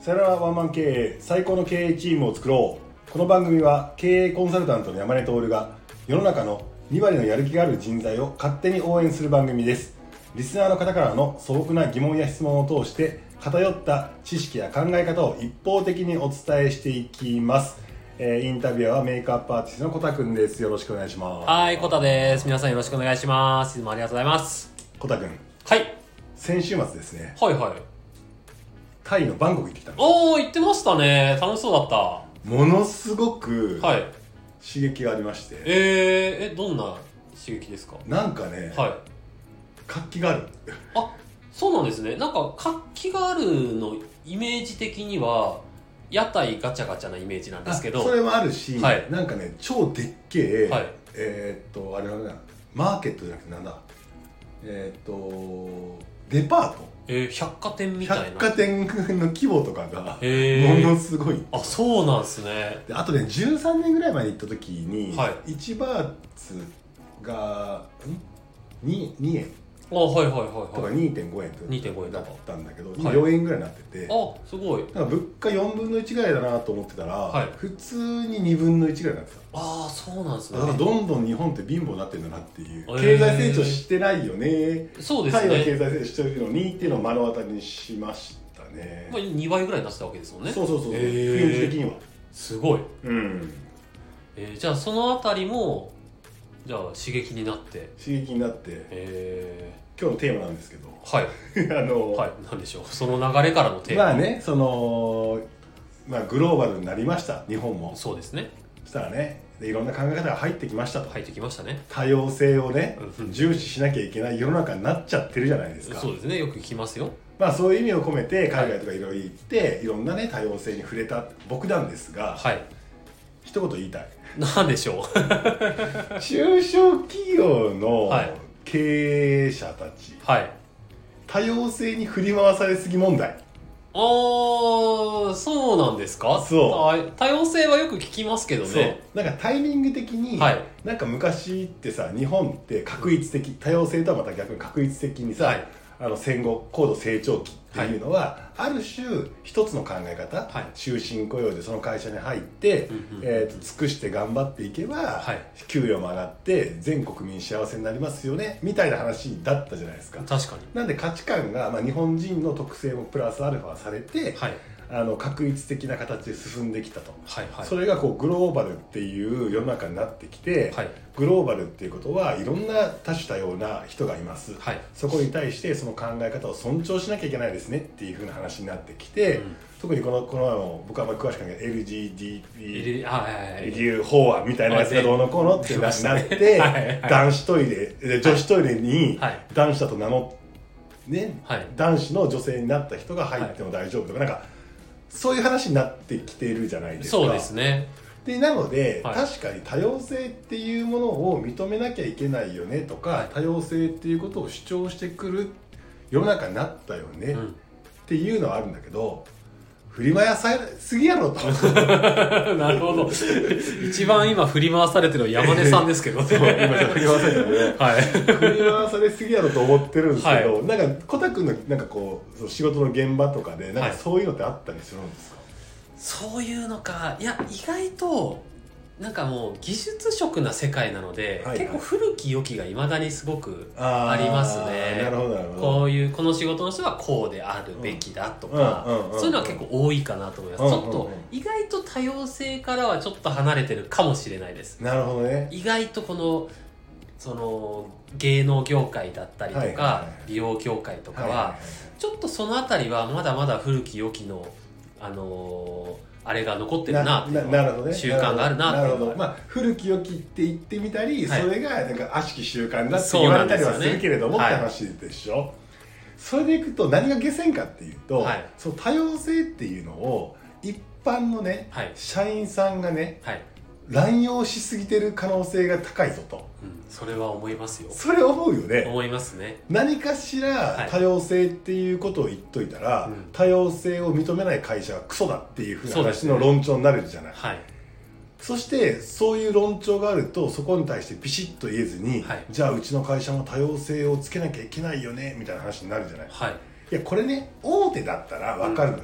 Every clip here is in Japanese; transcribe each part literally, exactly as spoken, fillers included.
さよならワンマン経営、最高の経営チームを作ろう。この番組は経営コンサルタントの山根徹が世の中のに割のやる気がある人材を勝手に応援する番組です。リスナーの方からの素朴な疑問や質問を通して偏った知識や考え方を一方的にお伝えしていきます。えー、インタビュアーはメイクアップアーティストのコタくんです。よろしくお願いします。 はい、コタです。皆さんよろしくお願いします。いつもありがとうございます。 コタくん、 はい。 先週末ですね。 はいはい。 タイのバンコク行ってきたんです。 おー、行ってましたね。楽しそうだった。 ものすごくはい。 刺激がありまして。 えー、え、どんな刺激ですか？ なんかね、 はい。 活気がある。 あ、そうなんですね。なんか活気があるのイメージ的には屋台ガチャガチャなイメージなんですけど。 それもあるし、 はい、 なんかね超でっけえ、 はい、 えー、っとあれはねマーケットじゃなくてなんだえー、っとデパート、 えー、百貨店みたいな百貨店の規模とかがものすごい。 あ、そうなんですね。 であとねじゅうさんねんぐらい前に行った時に、 はい、 いちバーツがん 2, 2円あ、はいはいはいはいとか にてんごえんにてんごえんだったんだけど、 はい、 よえんぐらいになってて、 あ、すごい。 なんか物価よんぶんのいちぐらいだなと思ってたら、 はい、 普通ににぶんのいちぐらいになってた。 ああ、そうなんですね。 だからどんどん日本って貧乏になってるんだなっていう、えー、経済成長してないよね。 そうですね。 タイは経済成長してるのにっていうのを目の当たりにしましたね。 まあ、にばいぐらいになってたわけですもんね。 そうそうそうそう、 えー、 雰囲気的にはすごい。 うん、 えー、じゃあそのあたりもじゃあ刺激になって刺激になって、 えー、今日のテーマなんですけど、 はいあのはい、なんでしょう、その流れからのテーマ。 まあね、そのまあグローバルになりました、日本も。 そうですね。 そしたらね、でいろんな考え方が入ってきましたと。 入ってきましたね。 多様性をね重視しなきゃいけない世の中になっちゃってるじゃないですか。 そうですね、よく聞きますよ。 まあそういう意味を込めて海外とかいろいろ行って、はい、いろんなね多様性に触れた僕なんですが、 はい、 一言言いたい。 なんでしょう中小企業の経営者たち、 はい、 多様性に振り回されすぎ問題。 あー、そうなんですか？ そう、 多様性はよく聞きますけどね。 そう、なんかタイミング的に、はい、なんか昔ってさ、日本って確一的、多様性とはまた逆に確一的にさ、はい、あの戦後高度成長期っていうのは、はい、ある種一つの考え方、はい、終身雇用でその会社に入って、うんうん、えーと、尽くして頑張っていけば、はい、給与も上がって全国民幸せになりますよねみたいな話だったじゃないですか。 確かに。 なんで価値観が、まあ、日本人の特性もプラスアルファされて、はい、あの確一的な形で進んできたと、はいはい、それがこうグローバルっていう世の中になってきて、はい、グローバルっていうことはいろんな多種多様な人がいます、はい、そこに対してその考え方を尊重しなきゃいけないですねっていう風な話になってきて、うん、特にこのこのあの僕はあんまり詳しくないけど エルジーディーキュー 法案みたいなやつがどうのこうのっていう話になって、はい、男子トイレ女子トイレに男子だと名乗ってね、はい、男子の女性になった人が入っても大丈夫とか、なんかそういう話になってきているじゃないですか。 そうですね。 でなので、はい、確かに多様性っていうものを認めなきゃいけないよねとか、はい、多様性っていうことを主張してくる世の中になったよね、うん、っていうのはあるんだけど、振り回されすぎやろとなるほど。一番今振り回されてるのは山根さんですけどね。そう、今振り回されてるね、はい、振り回されすぎやろと思ってるんですけど、はい、なんかコタ君のなんかこう仕事の現場とかでなんかそういうのってあったりするんですか？ はい、そういうのか。いや、意外となんかもう技術職な世界なので、はいはい、結構古き良きがいまだにすごくありますね。 なるほどなるほど。こういうこの仕事の人はこうであるべきだとか、そういうのは結構多いかなと思います、うんうんうん、ちょっと意外と多様性からはちょっと離れてるかもしれないです。 なるほどね。 意外とこのその芸能業界だったりとか、はいはいはい、美容業界とかは、はいはいはい、ちょっとそのあたりはまだまだ古き良きのあのーあれが残ってるなっていう、ね、習慣があるなっていう。なるほど。 まあ古き良きって言ってみたり、はい、それがなんか悪しき習慣だって言われたりはするけれども、ね、って話でしょ、はい、それでいくと何が下船かっていうと、はい、その多様性っていうのを一般のね、はい、社員さんがね、はい、乱用しすぎてる可能性が高いぞと、 うん、それは思いますよ。 それ思うよね。 思いますね。 何かしら多様性っていうことを言っといたら、はい、多様性を認めない会社はクソだっていうふうな話の論調になるじゃない。 そ,、ねはい、そしてそういう論調があるとそこに対してピシッと言えずに、はい、じゃあうちの会社も多様性をつけなきゃいけないよねみたいな話になるじゃない、はい、いやこれね大手だったら分かるのよ、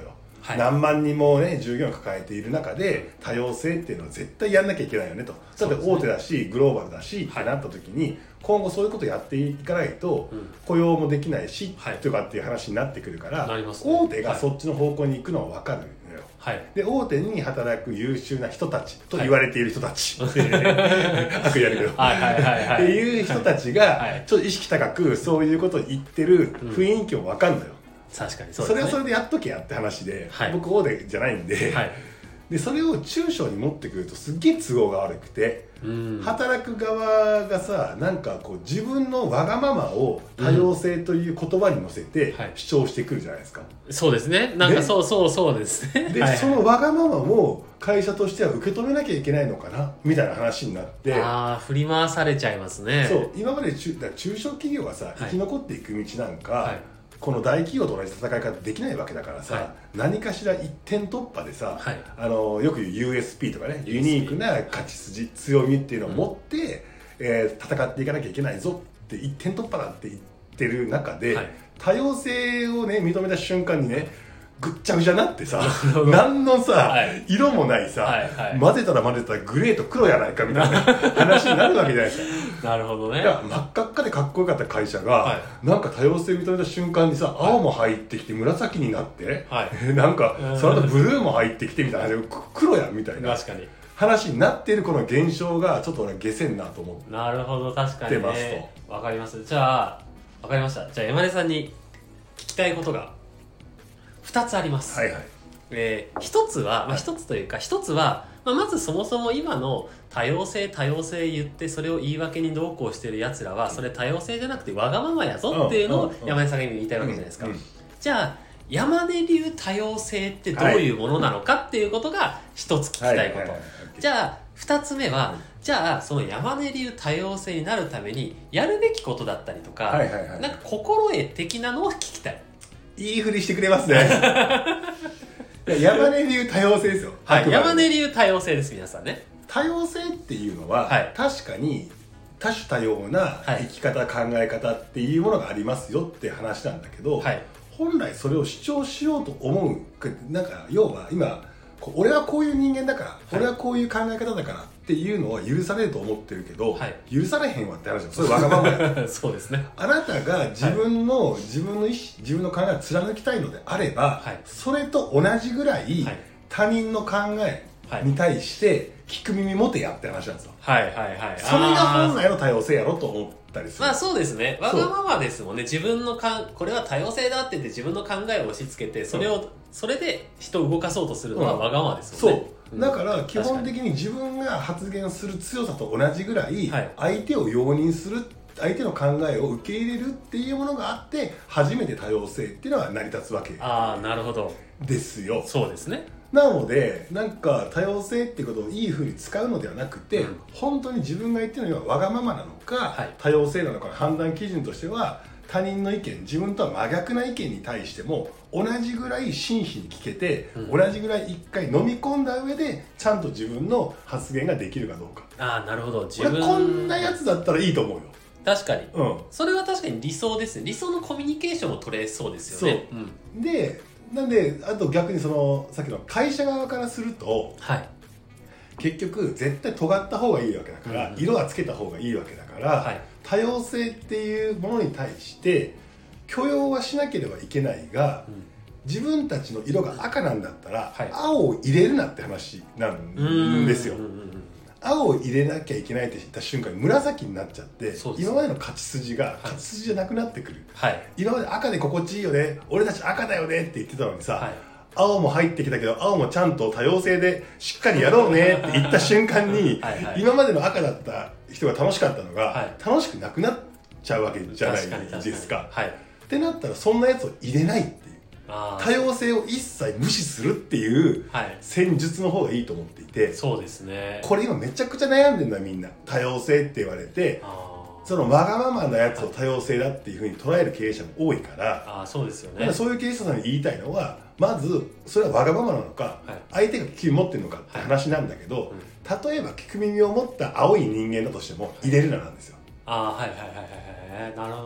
はい、何万人もね従業員を抱えている中で多様性っていうのは絶対やんなきゃいけないよねと。だって大手だしグローバルだしってなった時に、はい、今後そういうことをやっていかないと雇用もできないし、はい、とかっていう話になってくるから、ね、大手がそっちの方向に行くのは分かるのよ。はい、で大手に働く優秀な人たちと言われている人たち、はい、悪意やるけどっていう人たちがちょっと意識高くそういうことを言ってる雰囲気も分かるのよ、 うん、確かに そ, う、ね、それはそれでやっとけやって話で、はい、僕大手じゃないんで、はい、でそれを中小に持ってくるとすっげえ都合が悪くて、うん、働く側がさなんかこう自分のわがままを多様性という言葉に乗せて主張してくるじゃないですか、 うんはい、そうですねなんかそうそうそうですねで、はい、そのわがままも会社としては受け止めなきゃいけないのかなみたいな話になってああ振り回されちゃいますね。 そう今まで 中, 中小企業がさ生き残っていく道なんか、はいはいこの大企業と同じ戦い方できないわけだからさ、はい、何かしら一点突破でさ、はい、あのよく言う ユーエスピー とかねユニークな勝ち筋強みっていうのを持って、うんえー、戦っていかなきゃいけないぞって一点突破だって言ってる中で、はい、多様性をね認めた瞬間にねぐっちゃぐちゃになってさ何のさ、はい、色もないさ、はいはい、混ぜたら混ぜたらグレーと黒やないかみたいな話になるわけじゃないですかなるほどね。 いや真っ赤っかでかっこよかった会社が、はい、なんか多様性を認めた瞬間にさ、はい、青も入ってきて紫になって、はい、なんかその後ブルーも入ってきてみたいな黒やみたいな確かに話になっているこの現象がちょっと俺は下せんなと思ってますと。 なるほど確かにねわかります。じゃあわかりました。じゃあ山根さんに聞きたいことがふたつあります、はいはいえー、ひとつは、まあ、ひとつというかひとつは、まあ、まずそもそも今の多様性多様性言ってそれを言い訳にどうこうしてるやつらはそれ多様性じゃなくてわがままやぞっていうのを山根さんが言いたいわけじゃないですか、うんうん、じゃあ山根流多様性ってどういうものなのかっていうことがひとつ聞きたいこと、じゃあふたつめはじゃあその山根流多様性になるためにやるべきことだったりとか、はいはいはい、なんか心得的なのを聞きたい。 いいふりしてくれますねいや山根流多様性ですよ、 はい、山根流多様性です皆さんね。 多様性っていうのは、はい、確かに多種多様な生き方、はい、考え方っていうものがありますよって話なんだけど、はい、本来それを主張しようと思うなんか要は今俺はこういう人間だから、はい、俺はこういう考え方だからっていうのは許されると思ってるけど、はい、許されへんわって話だ。それわがままやそうですね。 あなたが自分の、はい、自分の意思自分の考えを貫きたいのであれば、はい、それと同じぐらい、はい、他人の考えに対して聞く耳持てやって話なんですよ。はいはいはい。それが本来の多様性やろと思ったりする。 まあそうですね。わがままですもんね。自分のかんこれは多様性だって言って自分の考えを押し付けてそれを、うん、それで人を動かそうとするのはわがままですもんね。 そうだから基本的に自分が発言する強さと同じぐらい相手を容認する相手の考えを受け入れるっていうものがあって初めて多様性っていうのは成り立つわけああなるほどですよ。 そうですね。 なのでなんか多様性っていうことをいい風に使うのではなくて、うん、本当に自分が言ってるのはわがままなのか、はい、多様性なのかの判断基準としては他人の意見自分とは真逆な意見に対しても同じぐらい真摯に聞けて、うん、同じぐらい一回飲み込んだ上でちゃんと自分の発言ができるかどうか。 ああなるほど。自分こんなやつだったらいいと思うよ。 確かに、うん、それは確かに理想ですね。理想のコミュニケーションも取れそうですよね。 そう、うん、でなんであと逆にそのさっきの会社側からすると、はい、結局絶対尖った方がいいわけだから、うんうん、色はつけた方がいいわけだから、はい、多様性っていうものに対して許容はしなければいけないが、うん、自分たちの色が赤なんだったら、はい、青を入れるなって話なんですよ。青を入れなきゃいけないって言った瞬間に紫になっちゃって、今までの勝ち筋が勝ち筋じゃなくなってくる、はい、今まで赤で心地いいよね俺たち赤だよねって言ってたのにさ、はい、青も入ってきたけど青もちゃんと多様性でしっかりやろうねって言った瞬間にはい、はい、今までの赤だった人が楽しかったのが、はい、楽しくなくなっちゃうわけじゃないですか。はい、ってなったらそんなやつを入れないっていう多様性を一切無視するっていう戦術の方がいいと思っていて、はい、そうですね。これ今めちゃくちゃ悩んでるんだみんな。多様性って言われてそのわがままなやつを多様性だっていう風に捉える経営者も多いから、あそうですよね。だからそういう経営者さんに言いたいのはまずそれはわがままなのか、はい、相手が聞き耳持ってるのかって話なんだけど、はいうん、例えば聞く耳を持った青い人間だとしても入れるななんですよ。 あはいはいはいはいなるほどなるほど。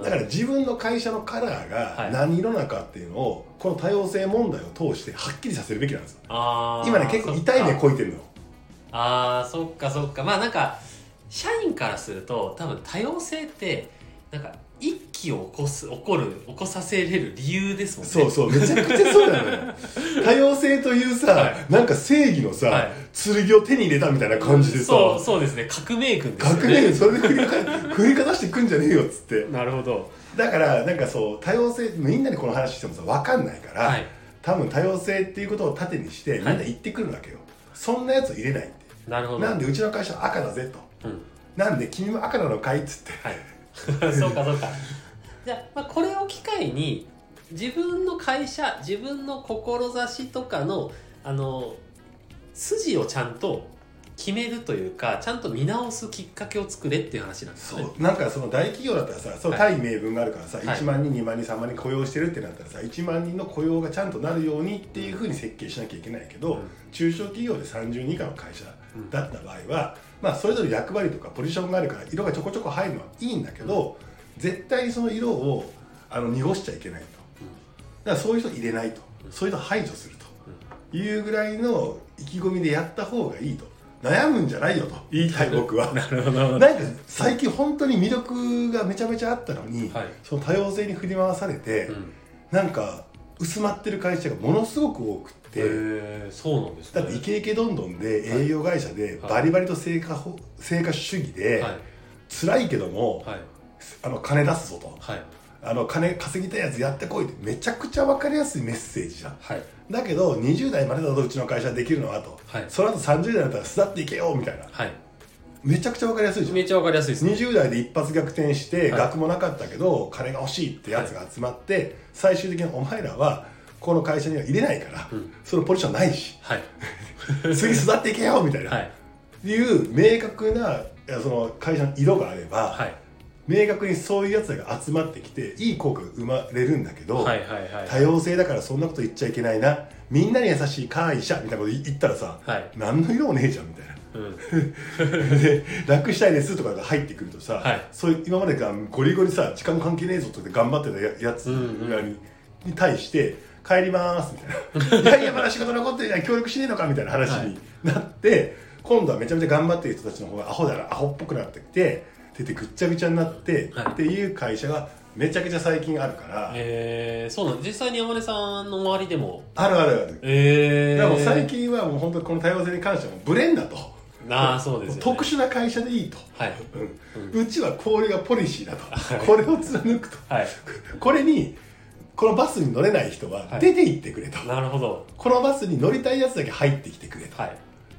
だから自分の会社のカラーが何色なのかっていうのを、はい、この多様性問題を通してはっきりさせるべきなんですよ。あ今ね結構痛い目こいてるの。 あーそっかそっか。まあなんか社員からすると多分多様性ってなんか一気を起こす起こる起こさせれる理由ですもんね。 そうそうめちゃくちゃそうなのよ多様性というさ、はい、なんか正義のさ、はい、剣を手に入れたみたいな感じでさ、 そうそうですね革命軍ですよね。 革命軍それで振りか振りかざしてくんじゃねえよっつってなるほど。 だからなんかそう多様性みんなにこの話してもさ分かんないから、はい、多分多様性っていうことを盾にしてみんな言ってくるわけよ、はい、そんなやつ入れないって。 なるほど。 なんでうちの会社赤だぜと、うん、なんで君も赤なのかいっつって、 はい、そうかそうかじゃあ、まあ、これを機会に自分の会社自分の志とかのあの筋をちゃんと決めるというかちゃんと見直すきっかけを作れっていう話なんですね。 そうなんかその大企業だったらさその大名分があるからさ、はい、いちまんにんにまんにんさんまんにん雇用してるってなったらさいちまんにんの雇用がちゃんとなるようにっていうふうに設計しなきゃいけないけど、うん、中小企業でさんじゅうにん以下の会社だった場合は、うんまあ、それぞれ役割とかポジションがあるから色がちょこちょこ入るのはいいんだけど、うん、絶対にその色をあの濁しちゃいけないと、だからそういう人入れないと、そういう人排除するというぐらいの意気込みでやった方がいいと。悩むんじゃないよと言いたい僕はなるほど。 なんか最近本当に魅力がめちゃめちゃあったのに、はい、その多様性に振り回されて、うん、なんか薄まってる会社がものすごく多くって、 へそうなんですね。 だってイケイケどんどんで営業会社でバリバリと成果、はい、成果主義で、はい、辛いけども、はい、あの金出すぞと、はい、あの金稼ぎたいやつやってこいってめちゃくちゃ分かりやすいメッセージじゃん、はい、だけどにじゅう代までだとうちの会社できるのはと、はい、その後さんじゅう代だったら巣立っていけよみたいな、はい、めちゃくちゃ分かりやすいじゃん。 めっちゃ分かりやすいですね。 にじゅう代で一発逆転して、はい、額もなかったけど金が欲しいってやつが集まって、はい、最終的にお前らはこの会社には入れないから、うん、そのポジションないし、はい、次巣立っていけよみたいな、はい、いう明確なその会社の色があれば、はい、明確にそういうやつらが集まってきていい効果が生まれるんだけど、はいはいはいはい、多様性だからそんなこと言っちゃいけないな、みんなに優しい会社みたいなこと言ったらさ、はい、何の色もねえじゃんみたいな、うん、で楽したいですとかが入ってくるとさ、はい、そういう今までがゴリゴリさ時間関係ねえぞとか頑張ってたやつら に,、に対して帰りますみたいないやいやまだ仕事残ってるじゃん協力しねえのかみたいな話になって、はい、今度はめちゃめちゃ頑張ってる人たちの方がアホだなアホっぽくなってきて出てぐっちゃぐちゃになって、はい、っていう会社がめちゃくちゃ最近あるから。 えー、そうなん実際に山根さんの周りでもあるあるある。えー、だからもう最近はもう本当にこの多様性に関してはもうブレんだと。 ああそうですよね。 特殊な会社でいいと、はいうん、うちはこれがポリシーだと、はい、これを貫くと、はい、これにこのバスに乗れない人は出て行ってくれと、はい、 なるほど。 このバスに乗りたいやつだけ入ってきてくれと、はい、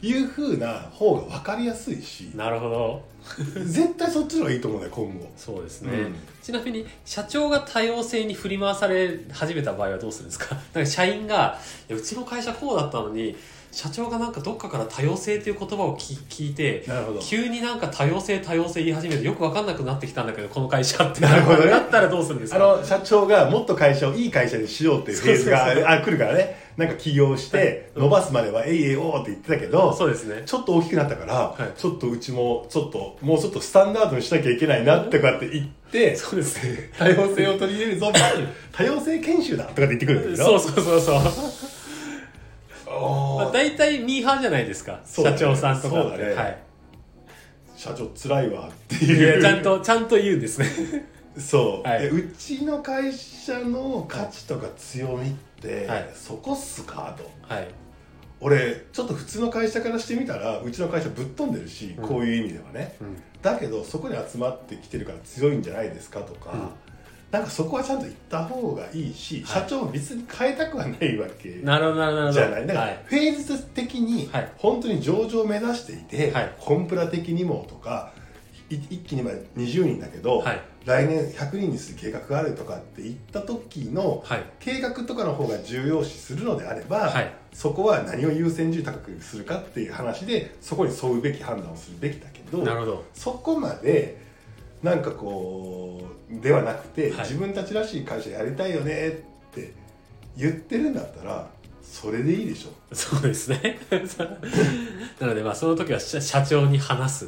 いう風な方が分かりやすいし、 なるほど絶対そっちの方がいいと思うね今後。 そうですね、うん、ちなみに社長が多様性に振り回され始めた場合はどうするんですか？なんか社員がいやうちの会社こうだったのに社長がなんかどっかから多様性という言葉を聞いてなるほど急になんか多様性多様性言い始めてよく分かんなくなってきたんだけどこの会社ってなるほど、ね、なったらどうするんですか？ あの社長がもっと会社をいい会社にしようっていうフェーズがあ来るからね、なんか起業して伸ばすまではえいえいおーって言ってたけど、 そうですね、 ちょっと大きくなったから、はい、ちょっとうちもちょっともうちょっとスタンダードにしなきゃいけないなってこうやって言ってそうですね多様性を取り入れるぞ多様性研修だとかって言ってくるんだけどそうそうそうそうまあ、大体ミーハーじゃないですか、ね、社長さんとかそうだね、はい、社長つらいわっていういやちゃんとちゃんと言うんですねそう、はい、うちの会社の価値とか強みって、はい、そこっすかと、はい、俺ちょっと普通の会社からしてみたらうちの会社ぶっ飛んでるし、うん、こういう意味ではね、うん、だけどそこに集まってきてるから強いんじゃないですかとか、うんなんかそこはちゃんと言った方がいいし、はい、社長も別に変えたくはないわけじゃない。なるほどなるほど。だからフェーズ的に本当に上場を目指していて、はい、コンプラ的にもとか一気に今にじゅうにんだけど、はい、来年ひゃくにんにする計画があるとかって言った時の、はい、計画とかの方が重要視するのであれば、はい、そこは何を優先順位高くするかっていう話でそこに沿うべき判断をするべきだけど、なるほどそこまでなんかこうではなくて、はい、自分たちらしい会社やりたいよねって言ってるんだったらそれでいいでしょ。 そうですねなのでまあその時は社長に話す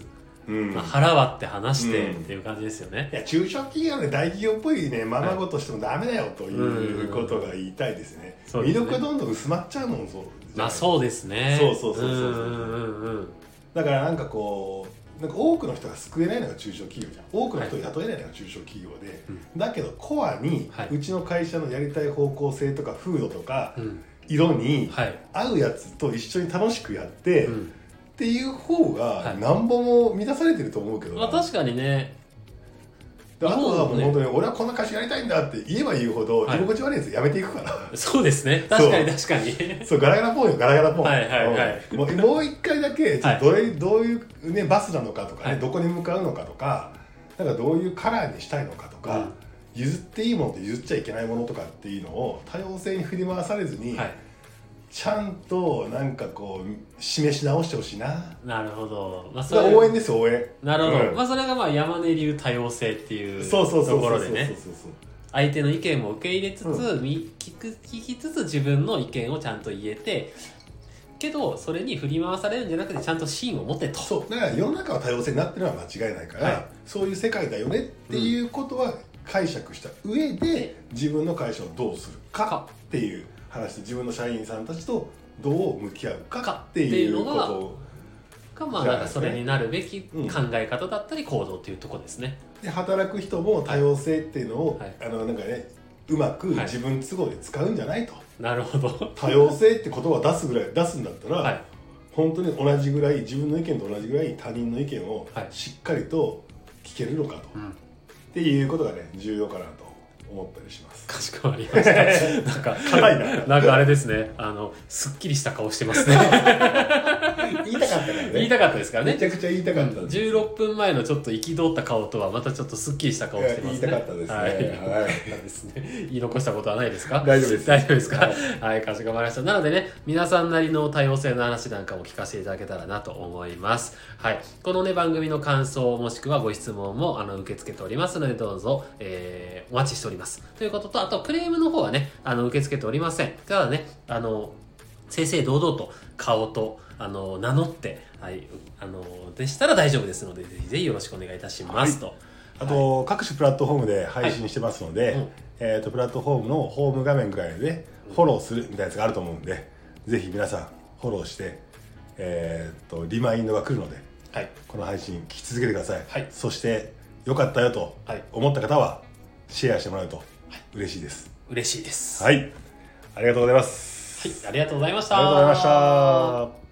うんまあ、腹割って話してっていう感じですよね、 うん、いや中小企業で大企業っぽいねままごとしてもダメだよということが言いたいですね、うんうんうん、魅力がどんどん薄まっちゃうもんそうまあそうですねそうそうそうそうそう、うんうんうん、だからなんかこうなんか多くの人が救えないのが中小企業じゃん多くの人を雇えないのが中小企業で、はい、だけどコアにうちの会社のやりたい方向性とか風土とか、うん、色に合うやつと一緒に楽しくやって、うん、っていう方がなんぼも満たされてると思うけど、 まあ、確かにねあとはもう本当に俺はこんな会社やりたいんだって言えば言うほど居心地悪いやつやめていくから、 はい、そうですね確かに確かにそうガラガラポンよガラガラポンはいはいはい、 うん、もうもう一回だけちょっとどれ、はい、どういう、ね、バスなのかとかね、はい、どこに向かうのかとかなんかどういうカラーにしたいのかとか、うん、譲っていいものと譲っちゃいけないものとかっていうのを多様性に振り回されずに、はいちゃんとなんかこう示し直してほしいな。 なるほど、 まあ、それ応援です応援。 なるほど、うん、まあそれがまあ山根流多様性っていうところでね相手の意見も受け入れつつ、うん、聞く聞きつつ自分の意見をちゃんと言えてけどそれに振り回されるんじゃなくてちゃんと芯を持てと。 そうだから世の中は多様性になってるのは間違いないから、はい、そういう世界だよねっていうことは解釈した上で、うん、自分の会社をどうするかっていう話して自分の社員さんたちとどう向き合うかっていうことがまあなんかそれになるべき考え方だったり行動っていうところですね、 うん、で働く人も多様性っていうのを、はい、あのなんかねうまく自分都合で使うんじゃないと、はい、 なるほど多様性って言葉を出すぐらい出すんだったら、はい、本当に同じぐらい自分の意見と同じぐらい他人の意見をしっかりと聞けるのかと、はい、っていうことがね重要かなと思ったりします。 かしこまりましたなんか硬いななんかあれですねあのすっきりした顔してますね言いたかったからね言いたかったですからねめちゃくちゃ言いたかった、 うん、じゅうろっぷんまえのちょっと憤った顔とはまたちょっとすっきりした顔してますね。 言いたかったですねはい、はい、 ですね言い残したことはないですか。 大丈夫です大丈夫ですかはい、はい、かしこまりました。なのでね皆さんなりの多様性の話なんかも聞かせていただけたらなと思います。はい、このね番組の感想もしくはご質問もあの受け付けておりますのでどうぞ、えー、お待ちしておりますということとあとクレームの方はねあの受け付けておりません。ただねあの正々堂々と顔とあの名乗って、はい、あのでしたら大丈夫ですのでぜひぜひよろしくお願いいたしますと、はい、 あと、はい、各種プラットフォームで配信してますので、はいうんえー、とプラットフォームのホーム画面ぐらいでフォローするみたいなやつがあると思うんで、うん、ぜひ皆さんフォローして、えー、とリマインドが来るので、はい、この配信聞き続けてください、はい、そして良かったよと思った方はシェアしてもらうと嬉しいです、 はい、嬉しいです。 はいありがとうございます。 はい、ありがとうございました。 ありがとうございました。